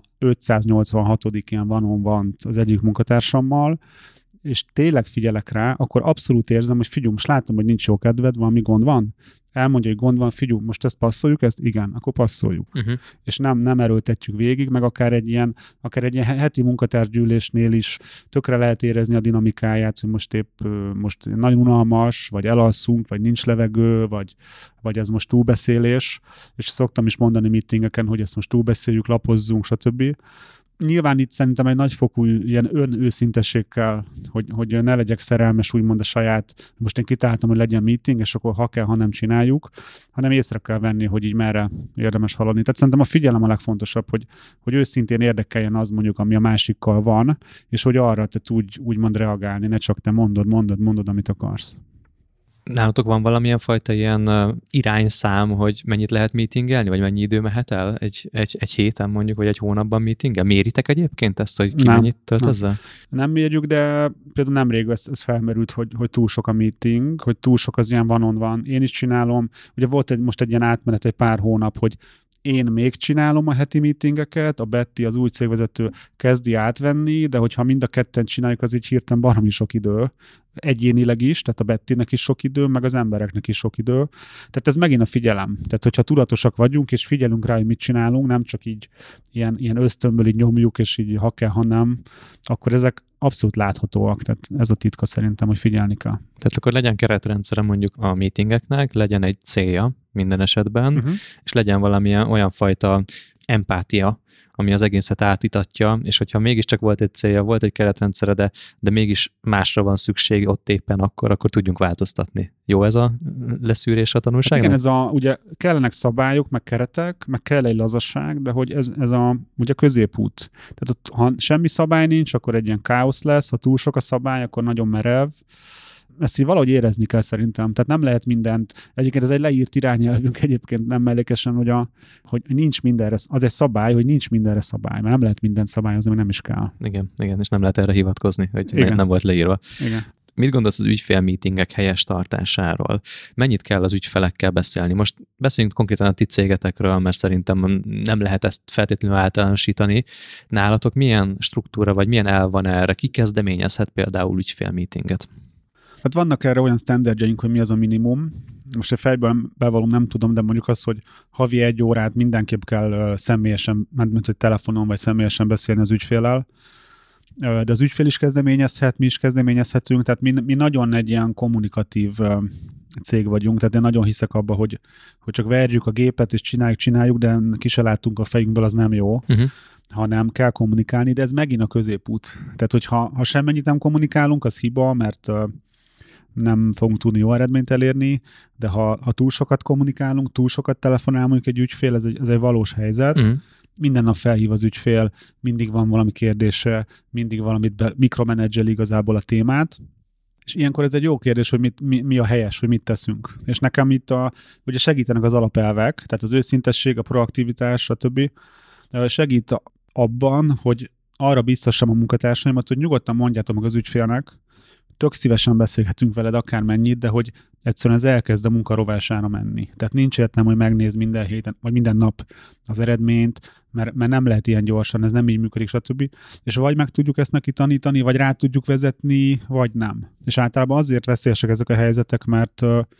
586. ilyen one-on-one az egyik munkatársammal, és tényleg figyelek rá, akkor abszolút érzem, hogy figyelj, most látom, hogy nincs jó kedved, valami gond van. Elmondja, hogy gond van, figyelj, most ezt passzoljuk, ezt igen, akkor passzoljuk. És nem erőltetjük végig, meg akár egy ilyen heti munkatársgyűlésnél is tökre lehet érezni a dinamikáját, hogy most nagyon unalmas, vagy elalszunk, vagy nincs levegő, vagy ez most túlbeszélés, és szoktam is mondani meetingeken, hogy ezt most túlbeszéljük, lapozzunk, stb. Nyilván itt szerintem egy nagyfokú ilyen önőszintesség kell, hogy ne legyek szerelmes úgymond a saját, most én kitáltam, hogy legyen meeting, és akkor ha kell, ha nem csináljuk, hanem észre kell venni, hogy így merre érdemes haladni. Tehát szerintem a figyelem a legfontosabb, hogy őszintén érdekeljen az mondjuk, ami a másikkal van, és hogy arra te tudj úgymond reagálni, ne csak te mondod, amit akarsz. Nálatok van valamilyen fajta ilyen irányszám, hogy mennyit lehet meetingelni, vagy mennyi idő mehet el egy héten mondjuk, vagy egy hónapban meetingel? Méritek egyébként ezt, hogy ki mennyit tölt ezzel? Nem mérjük, de például nemrég ez felmerült, hogy túl sok a meeting, hogy túl sok az ilyen van. Én is csinálom. Ugye volt most egy ilyen átmenet, egy pár hónap, hogy én még csinálom a heti meetingeket, a Betty, az új cégvezető kezdi átvenni, de hogyha mind a ketten csináljuk, az így hirtelen baromi sok idő. Egyénileg is, tehát a Bettynek is sok idő, meg az embereknek is sok idő. Tehát ez megint a figyelem. Tehát, hogyha tudatosak vagyunk, és figyelünk rá, hogy mit csinálunk, nem csak így ilyen ösztönből így nyomjuk, és így ha kell, ha nem, akkor ezek abszolút láthatóak. Tehát ez a titka szerintem, hogy figyelni kell. Tehát akkor legyen keretrendszere mondjuk a meetingeknek, legyen egy célja minden esetben, és legyen valamilyen olyan fajta empátia, ami az egészet átitatja, és hogyha mégiscsak volt egy célja, volt egy keretrendszere, de mégis másra van szükség ott éppen akkor tudjunk változtatni. Jó ez a leszűrés a tanulságnak? Hát igen, ugye kellenek szabályok, meg keretek, meg kell egy lazasság, de hogy ez ugye középút. Tehát ott, ha semmi szabály nincs, akkor egy ilyen káosz lesz, ha túl sok a szabály, akkor nagyon merev. Ezt így valahogy érezni kell szerintem. Tehát nem lehet mindent. Egyébként ez egy leírt irányelvünk egyébként nem mellékesen, hogy nincs mindenre, az egy szabály, hogy nincs mindenre szabály, mert nem lehet mindent szabályozni, mert nem is kell. Igen, és nem lehet erre hivatkozni, hogy nem volt leírva. Igen. Mit gondolsz az ügyfélmeetingek helyes tartásáról? Mennyit kell az ügyfelekkel beszélni? Most beszéljünk konkrétan a ti cégetekről, mert szerintem nem lehet ezt feltétlenül általánosítani. Nálatok milyen struktúra, vagy milyen elv van erre? Ki kezdeményezhet például ügyfélmeetinget? Hát vannak erre olyan standardjaink, hogy mi az a minimum. Most egy fejben bevallom, nem tudom, de mondjuk az, hogy havi 1 órát mindenképp kell személyesen, mint hogy telefonon vagy személyesen beszélni az ügyféllel. De az ügyfél is kezdeményezhet, mi is kezdeményezhetünk, tehát mi nagyon egy ilyen kommunikatív cég vagyunk, tehát én nagyon hiszek abba, hogy csak verjük a gépet és csináljuk, de ki se láttunk a fejünkből, az nem jó. Hanem kell kommunikálni, de ez megint a középút. Tehát, hogyha semmennyit nem kommunikálunk, az hiba, mert nem fogunk tudni jó eredményt elérni, de ha túl sokat kommunikálunk, túl sokat telefonál mondjuk egy ügyfél, ez egy valós helyzet. Minden nap felhív az ügyfél, mindig van valami kérdése, mindig valamit mikromenedzsel igazából a témát, és ilyenkor ez egy jó kérdés, hogy mi a helyes, hogy mit teszünk. És nekem itt ugye segítenek az alapelvek, tehát az őszintesség, a proaktivitás, stb. Segít abban, hogy arra biztassam a munkatársaimat, hogy nyugodtan mondjátok meg az ügyfélnek, tök szívesen beszélgetünk veled akármennyit, de hogy egyszerűen ez elkezd a munka rovására menni. Tehát nincs értelme, hogy megnéz minden héten, vagy minden nap az eredményt, mert nem lehet ilyen gyorsan, ez nem így működik, stb. És vagy meg tudjuk ezt neki tanítani, vagy rá tudjuk vezetni, vagy nem. És általában azért veszélyesek ezek a helyzetek, mert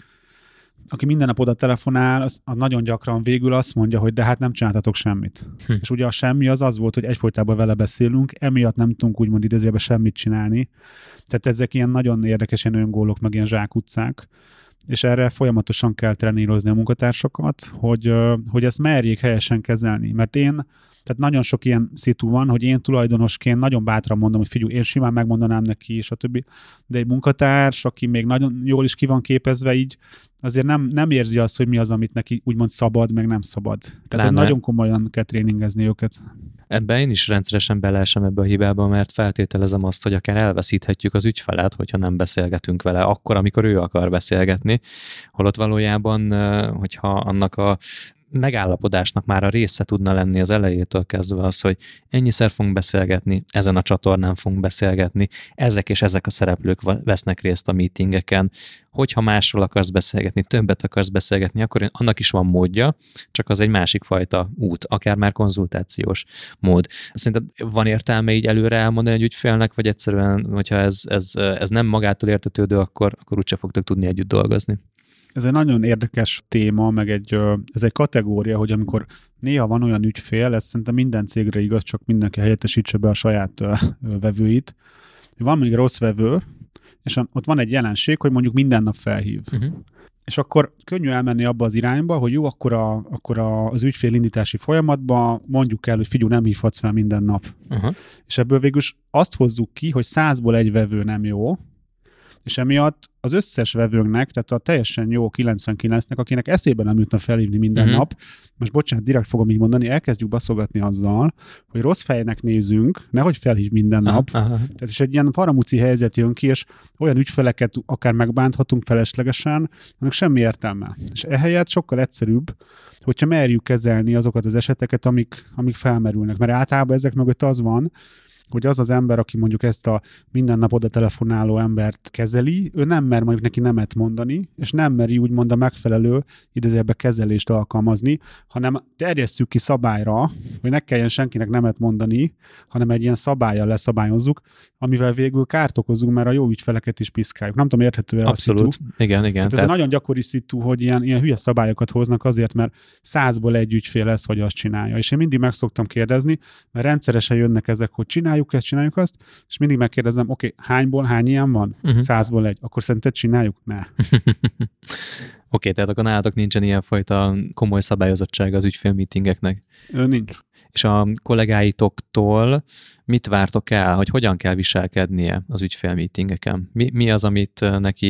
aki minden nap oda telefonál, az nagyon gyakran végül azt mondja, hogy de hát nem csináltatok semmit. És ugye a semmi az volt, hogy egyfolytában vele beszélünk, emiatt nem tudunk úgymond idézőjelben semmit csinálni. Tehát ezek ilyen nagyon érdekes ilyen öngólok, meg ilyen zsákutcák, és erre folyamatosan kell trenírozni a munkatársakat, hogy ezt merjék helyesen kezelni. Mert tehát nagyon sok ilyen szitu van, hogy én tulajdonosként nagyon bátran mondom, hogy figyelj, én simán megmondanám neki, stb. De egy munkatárs, aki még nagyon jól is ki van képezve így, azért nem érzi azt, hogy mi az, amit neki úgymond szabad, meg nem szabad. Tehát nagyon komolyan kell tréningezni őket. Ebben én is rendszeresen beleesem ebbe a hibába, mert feltételezem azt, hogy akár elveszíthetjük az ügyfelet, hogyha nem beszélgetünk vele akkor, amikor ő akar beszélgetni. Holott valójában, hogyha annak a megállapodásnak már a része tudna lenni az elejétől kezdve az, hogy ennyiszer fogunk beszélgetni, ezen a csatornán fogunk beszélgetni, ezek és ezek a szereplők vesznek részt a meetingeken. Hogyha másról akarsz beszélgetni, többet akarsz beszélgetni, akkor annak is van módja, csak az egy másik fajta út, akár már konzultációs mód. Szerinted van értelme így előre elmondani egy ügyfélnek, vagy egyszerűen, hogyha ez nem magától értetődő, akkor úgyse fogtok tudni együtt dolgozni? Ez egy nagyon érdekes téma, meg ez egy kategória, hogy amikor néha van olyan ügyfél, ez szerintem minden cégre igaz, csak mindenki helyettesítse be a saját vevőit. Van még rossz vevő, és ott van egy jelenség, hogy mondjuk minden nap felhív. És akkor könnyű elmenni abba az irányba, hogy jó, akkor az ügyfélindítási folyamatban mondjuk el, hogy figyelj, nem hívhatsz fel minden nap. És ebből végül azt hozzuk ki, hogy 100-ból egy vevő nem jó, és emiatt az összes vevőnknek, tehát a teljesen jó 99-nek, akinek eszébe nem jutna felhívni minden nap, most bocsánat, direkt fogom így mondani, elkezdjük baszogatni azzal, hogy rossz fejnek nézünk, nehogy felhív minden nap. Tehát is egy ilyen faramúci helyzet jön ki, és olyan ügyfeleket akár megbánthatunk feleslegesen, annak semmi értelme. És ehelyett sokkal egyszerűbb, hogyha merjük kezelni azokat az eseteket, amik felmerülnek. Mert általában ezek mögött az van, hogy az ember, aki mondjuk ezt a minden nap oda telefonáló embert kezeli, ő nem mer mondjuk neki nemet mondani, és nem meri úgymond a megfelelő idézőjelben kezelést alkalmazni, hanem terjesszük ki szabályra, hogy ne kelljen senkinek nemet mondani, hanem egy ilyen szabállyal leszabályozzuk, amivel végül kárt okozunk, mert a jó ügyfeleket is piszkáljuk. Nem tudom, érthető-e a szitu? Abszolút. Igen. Tehát ez egy nagyon gyakori szitu, hogy ilyen hülye szabályokat hoznak azért, mert 100-ból egy ügyfél lesz, hogy azt csinálja. És én mindig meg szoktam kérdezni, mert rendszeresen jönnek ezek, hogy csináljuk azt, és mindig megkérdezem, oké, hány ilyen van? 100-ból egy. Akkor szerinted csináljuk? Ne. Oké, tehát akkor nálatok nincsen ilyenfajta komoly szabályozottsága az ügyfélmeetingeknek. Nincs. És a kollégáitoktól mit vártok el, hogy hogyan kell viselkednie az ügyfélmeetingeken? Mi az, amit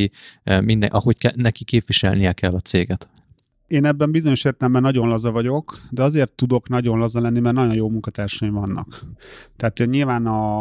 neki képviselnie kell a céget? Én ebben bizonyos értelemben nagyon laza vagyok, de azért tudok nagyon laza lenni, mert nagyon jó munkatársaim vannak. Tehát nyilván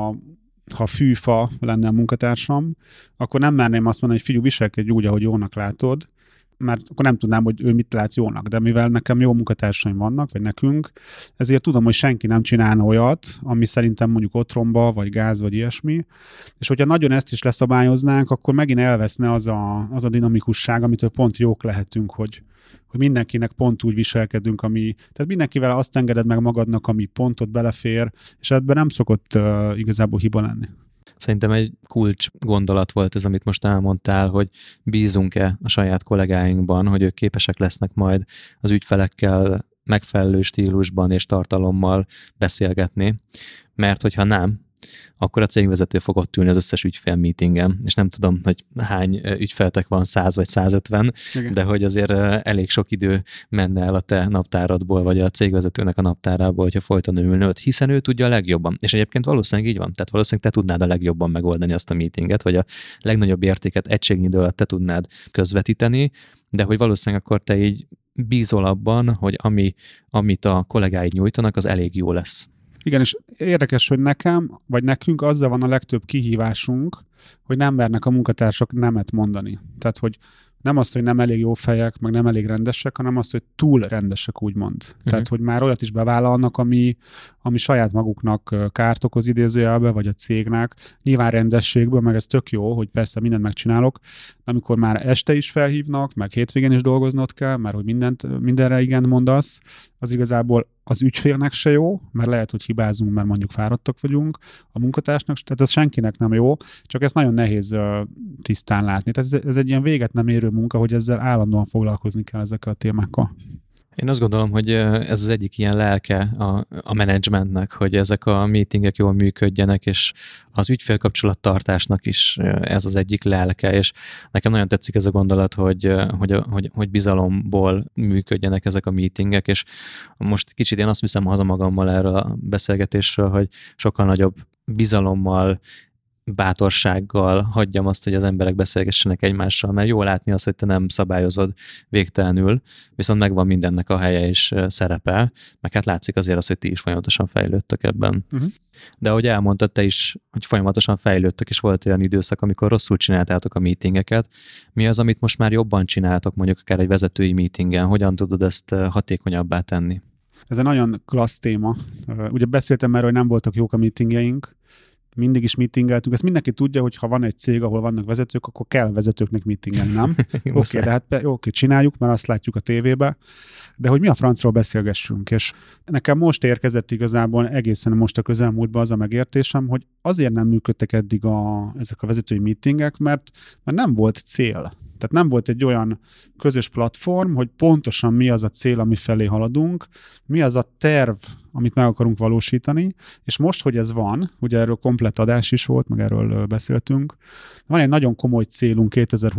ha fűfa lenne a munkatársam, akkor nem merném azt mondani, hogy figyelj, viselkedj úgy, ahogy jónak látod, mert akkor nem tudnám, hogy ő mit lát jónak. De mivel nekem jó munkatársaim vannak, vagy nekünk, ezért tudom, hogy senki nem csinálna olyat, ami szerintem mondjuk otromba, vagy gáz, vagy ilyesmi. És hogyha nagyon ezt is leszabályoznánk, akkor megint elveszne az a dinamikusság, amitől pont jók lehetünk, hogy mindenkinek pont úgy viselkedünk, tehát mindenkivel azt engeded meg magadnak, ami pontot belefér, és ebben nem szokott igazából hiba lenni. Szerintem egy kulcs gondolat volt ez, amit most elmondtál, hogy bízunk-e a saját kollégáinkban, hogy ők képesek lesznek majd az ügyfelekkel megfelelő stílusban és tartalommal beszélgetni, mert hogyha nem, akkor a cégvezető fog ott ülni az összes ügyfélmeetingen, és nem tudom, hogy hány ügyfeletek van, 100 vagy 150, igen. De hogy azért elég sok idő menne el a te naptáradból, vagy a cégvezetőnek a naptárából, hogyha folyton ülne ott, hiszen ő tudja a legjobban. És egyébként valószínűleg így van, tehát valószínűleg te tudnád a legjobban megoldani azt a meetinget, vagy a legnagyobb értéket egységnyi alatt te tudnád közvetíteni, de hogy valószínűleg akkor te így bízol abban, hogy amit a kollégáid nyújtanak, az elég jó lesz. Igen, és érdekes, hogy nekem, vagy nekünk azzal van a legtöbb kihívásunk, hogy nem mernek a munkatársak nemet mondani. Tehát, hogy nem az, hogy nem elég jó fejek, meg nem elég rendesek, hanem az, hogy túl rendesek, úgymond. Tehát, hogy már olyat is bevállalnak, ami saját maguknak kárt okoz idézőjelbe, vagy a cégnek. Nyilván rendességből, meg ez tök jó, hogy persze mindent megcsinálok, de amikor már este is felhívnak, meg hétvégén is dolgoznod kell, mert hogy mindenre igen mondasz, az igazából az ügyfélnek se jó, mert lehet, hogy hibázunk, mert mondjuk fáradtak vagyunk, a munkatársnak, tehát ez senkinek nem jó, csak ezt nagyon nehéz tisztán látni. Tehát ez egy ilyen véget nem érő munka, hogy ezzel állandóan foglalkozni kell ezekkel a témákkal. Én azt gondolom, hogy ez az egyik ilyen lelke a menedzsmentnek, hogy ezek a meetingek jól működjenek, és az ügyfélkapcsolattartásnak is ez az egyik lelke, és nekem nagyon tetszik ez a gondolat, hogy bizalomból működjenek ezek a meetingek, és most kicsit én azt viszem haza magammal erről a beszélgetésről, hogy sokkal nagyobb bizalommal, bátorsággal hagyjam azt, hogy az emberek beszélgessenek egymással, mert jó látni azt, hogy te nem szabályozod végtelenül, viszont megvan mindennek a helye és szerepe, meg hát látszik azért az, hogy ti is folyamatosan fejlődtök ebben. De ahogy elmondtad te is, hogy folyamatosan fejlődtök, és volt olyan időszak, amikor rosszul csináltátok a meetingeket. Mi az, amit most már jobban csináltok, mondjuk akár egy vezetői meetingen? Hogyan tudod ezt hatékonyabbá tenni? Ez egy nagyon klassz téma. Ugye beszéltem erről, hogy nem voltak jók a meetingjeink, mindig is meetingeltünk. Ezt mindenki tudja, hogy ha van egy cég, ahol vannak vezetők, akkor kell vezetőknek meetingelni, nem? Oké, de hát csináljuk, mert azt látjuk a tévébe, de hogy mi a francról beszélgessünk. És nekem most érkezett igazából egészen most a közelmúltban az a megértésem, hogy azért nem működtek eddig ezek a vezetői meetingek, mert nem volt cél. Tehát nem volt egy olyan közös platform, hogy pontosan mi az a cél, ami felé haladunk, mi az a terv, amit meg akarunk valósítani, és most, hogy ez van, ugye erről komplett adás is volt, meg erről beszéltünk, van egy nagyon komoly célunk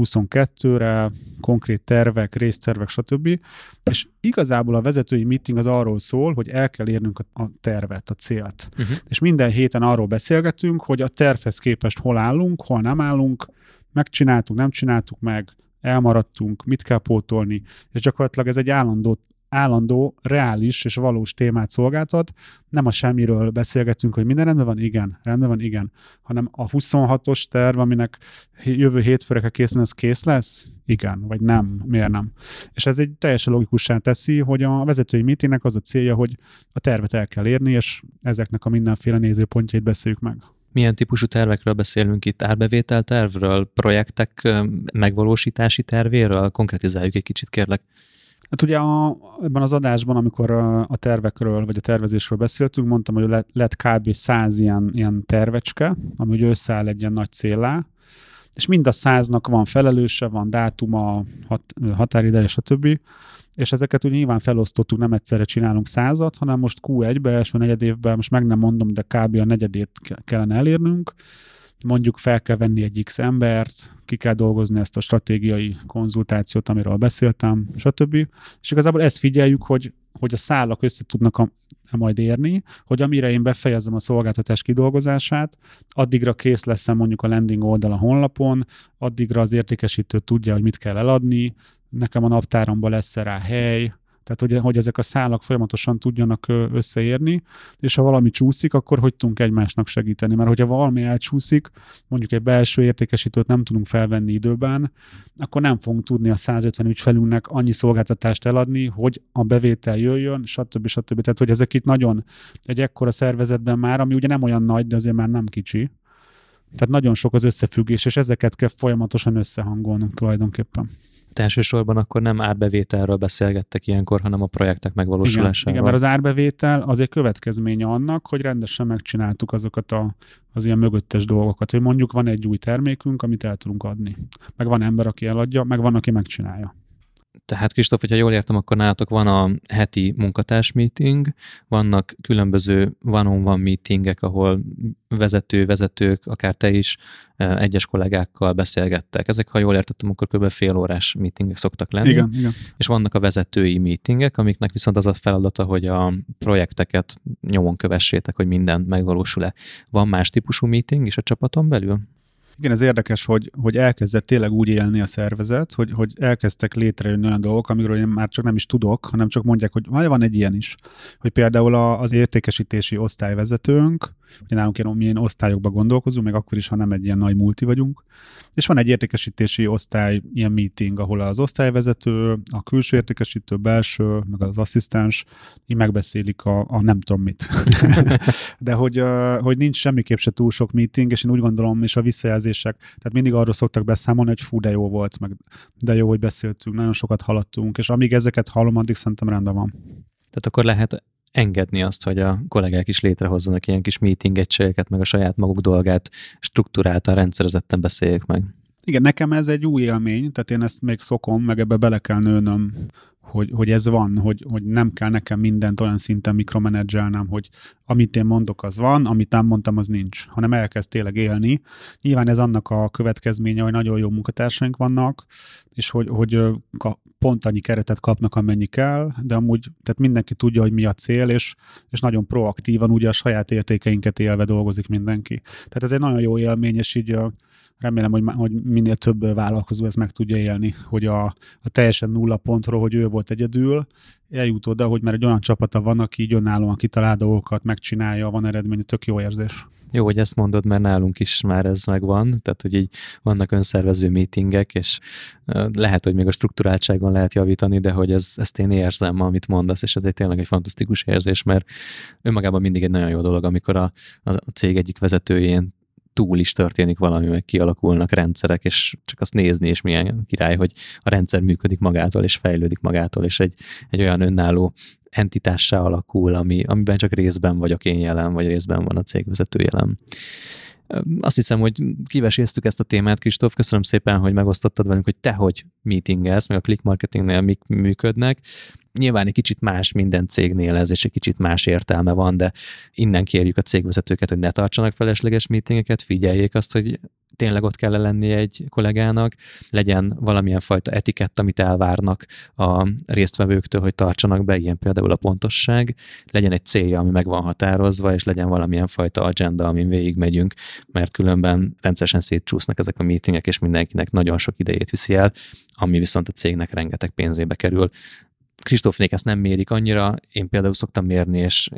2022-re, konkrét tervek, résztervek, stb. És igazából a vezetői meeting az arról szól, hogy el kell érnünk a tervet, a célt. És minden héten arról beszélgetünk, hogy a tervhez képest hol állunk, hol nem állunk, megcsináltuk, nem csináltuk meg, elmaradtunk, mit kell pótolni, és gyakorlatilag ez egy állandó, reális és valós témát szolgáltat. Nem a semmiről beszélgetünk, hogy minden rendben van, igen, hanem a 26-os terv, aminek jövő hétfőre készen, ez kész lesz? Igen, vagy nem, miért nem? És ez egy teljesen logikussá teszi, hogy a vezetői meetingnek az a célja, hogy a tervet el kell érni, és ezeknek a mindenféle nézőpontjait beszéljük meg. Milyen típusú tervekről beszélünk itt? Árbevétel tervről, projektek megvalósítási tervéről? Konkretizáljuk egy kicsit, kérlek. Hát ugye ebben az adásban, amikor a tervekről, vagy a tervezésről beszéltünk, mondtam, hogy lett kb. 100 ilyen tervecske, ami ugye összeáll egy ilyen nagy céllá, és mind a 100-nak van felelőse, van dátuma, határideje, stb. És ezeket ugye nyilván felosztottuk, nem egyszerre csinálunk 100-at, hanem most Q1-be, első negyedévben, most meg nem mondom, de kb. A negyedét kellene elérnünk, mondjuk fel kell venni egy X embert, ki kell dolgozni ezt a stratégiai konzultációt, amiről beszéltem, stb. És igazából ezt figyeljük, hogy a szálak össze tudnak majd érni, hogy amire én befejezem a szolgáltatás kidolgozását, addigra kész lesz mondjuk a landing oldal a honlapon, addigra az értékesítő tudja, hogy mit kell eladni, nekem a naptáramban lesz rá hely, tehát hogy ezek a szálak folyamatosan tudjanak összeérni, és ha valami csúszik, akkor hogy tudunk egymásnak segíteni. Mert hogyha valami elcsúszik, mondjuk egy belső értékesítőt nem tudunk felvenni időben, akkor nem fogunk tudni a 150 ügyfelünknek annyi szolgáltatást eladni, hogy a bevétel jöjjön, stb. Tehát, hogy ezek itt nagyon egy ekkora szervezetben már, ami ugye nem olyan nagy, de azért már nem kicsi. Tehát nagyon sok az összefüggés, és ezeket kell folyamatosan összehangolnunk tulajdonképpen. Elsősorban akkor nem árbevételről beszélgettek ilyenkor, hanem a projektek megvalósulásáról. Igen, mert az árbevétel azért következménye annak, hogy rendesen megcsináltuk azokat az ilyen mögöttes dolgokat, hogy mondjuk van egy új termékünk, amit el tudunk adni. Meg van ember, aki eladja, meg van, aki megcsinálja. Tehát Kristóf, hogyha jól értem, akkor nálatok van a heti munkatárs meeting, vannak különböző one-on-one meetingek, ahol vezetők, akár te is egyes kollégákkal beszélgettek. Ezek, ha jól értettem, akkor kb. Fél órás meetingek szoktak lenni. Igen. És vannak a vezetői meetingek, amiknek viszont az a feladata, hogy a projekteket nyomon kövessétek, hogy minden megvalósul-e. Van más típusú meeting is a csapaton belül? Igen, ez érdekes, hogy elkezdett tényleg úgy élni a szervezet, hogy elkezdtek létrejönni olyan dolgok, amikről én már csak nem is tudok, hanem csak mondják, hogy van egy ilyen is. Hogy például az értékesítési osztályvezetőnk, ugye nálunk milyen osztályokban gondolkozunk, meg akkor is, ha nem egy ilyen nagy multi vagyunk, és van egy értékesítési osztály, ilyen meeting, ahol az osztályvezető, a külső értékesítő, belső, meg az asszisztens így megbeszélik a nem tudom mit. De hogy nincs semmiképp se túl sok meeting, és én úgy gondolom, és a visszajelzések, tehát mindig arról szoktak beszámolni, hogy fú, de jó volt, meg de jó, hogy beszéltünk, nagyon sokat haladtunk, és amíg ezeket hallom, addig szerintem rendben van. Tehát akkor lehet engedni azt, hogy a kollégák is létrehozzanak ilyen kis meeting egységeket, meg a saját maguk dolgát strukturáltan, rendszerezetten beszéljük meg. Igen, nekem ez egy új élmény, tehát én ezt még szokom, meg ebbe bele kell nőnöm, hogy ez van, hogy nem kell nekem mindent olyan szinten mikromenedzselnem, hogy amit én mondok, az van, amit nem mondtam, az nincs, hanem elkezd tényleg élni. Nyilván ez annak a következménye, hogy nagyon jó munkatársaink vannak, és hogy pont annyi keretet kapnak, amennyi kell, de amúgy tehát mindenki tudja, hogy mi a cél, és nagyon proaktívan ugye a saját értékeinket élve dolgozik mindenki. Tehát ez egy nagyon jó élmény, és így remélem, hogy minél több vállalkozó ezt meg tudja élni, hogy a teljesen nulla pontról, hogy ő volt egyedül, eljut oda, hogy már egy olyan csapata van, aki így önállóan kitalál dolgokat, megcsinálja, van eredmény, tök jó érzés. Jó, hogy ezt mondod, mert nálunk is már ez megvan, tehát hogy így vannak önszervező meetingek, és lehet, hogy még a strukturáltságon lehet javítani, de hogy ezt én érzem, amit mondasz, és ez egy tényleg egy fantasztikus érzés, mert önmagában mindig egy nagyon jó dolog, amikor a cég egyik vezetőjén túl is történik valami, meg kialakulnak rendszerek, és csak azt nézni, és milyen király, hogy a rendszer működik magától, és fejlődik magától, és egy olyan önálló entitássá alakul, amiben csak részben vagyok én jelen, vagy részben van a cégvezető jelen. Azt hiszem, hogy kiveséztük ezt a témát, Kristóf, köszönöm szépen, hogy megosztottad velünk, hogy te hogy meetingelsz, meg a click marketingnél mik működnek. Nyilván egy kicsit más minden cégnél ez, és egy kicsit más értelme van, de innen kérjük a cégvezetőket, hogy ne tartsanak felesleges meetingeket, figyeljék azt, hogy tényleg ott kell lennie egy kollégának, legyen valamilyen fajta etikett, amit elvárnak a résztvevőktől, hogy tartsanak be, ilyen például a pontosság, legyen egy célja, ami meg van határozva, és legyen valamilyen fajta agenda, amin végigmegyünk, mert különben rendszeresen szétcsúsznak ezek a meetingek, és mindenkinek nagyon sok idejét viszi el, ami viszont a cégnek rengeteg pénzébe kerül. Kristófnék ezt nem mérik annyira, én például szoktam mérni, és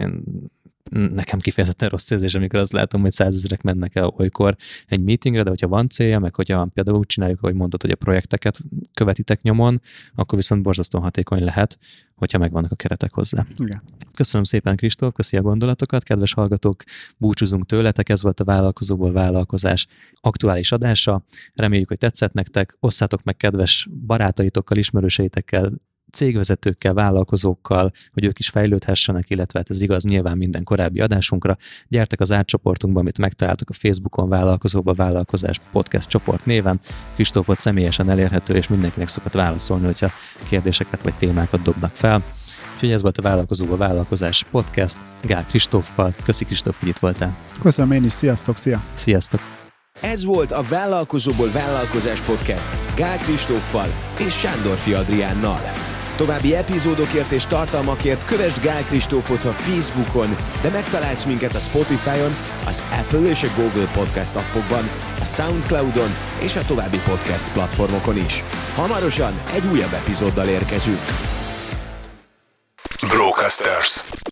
nekem kifejezetten rossz érzés, amikor azt látom, hogy 100 000 mennek el olykor egy meetingre, de hogyha van célja, meg hogyha például úgy csináljuk, ahogy mondtad, hogy a projekteket követitek nyomon, akkor viszont borzasztóan hatékony lehet, hogyha megvannak a keretek hozzá. Igen. Köszönöm szépen, Kristóf, köszi a gondolatokat, kedves hallgatók, búcsúzunk tőletek, ez volt a Vállalkozóból Vállalkozás aktuális adása, reméljük, hogy tetszett nektek, osszátok meg kedves barátaitokkal, ismerőseitekkel, cégvezetőkkel, vállalkozókkal, hogy ők is fejlődhessenek, illetve ez igaz nyilván minden korábbi adásunkra. Gyertek az átcsoportunkba, amit megtaláltok a Facebookon, Vállalkozóba Vállalkozás podcast csoport néven. Kristóf volt személyesen elérhető, és mindenkinek szokott válaszolni, hogyha kérdéseket vagy témákat dobnak fel. Úgyhogy ez volt a Vállalkozóba Vállalkozás podcast Gál Kristóffal. Köszi, Kristóf, hogy itt voltál. Köszönöm én is, sziasztok, szia! Sziasztok! Ez volt a Vállalkozóból Vállalkozás Podcast Gál Kristóffal és Sándorfi Adriánnal. További epizódokért és tartalmakért kövesd Gál Kristófot a Facebookon, de megtalálsz minket a Spotify-on, az Apple és a Google Podcast appokban, a Soundcloud-on és a további podcast platformokon is. Hamarosan egy újabb epizóddal érkezünk. Brocasters.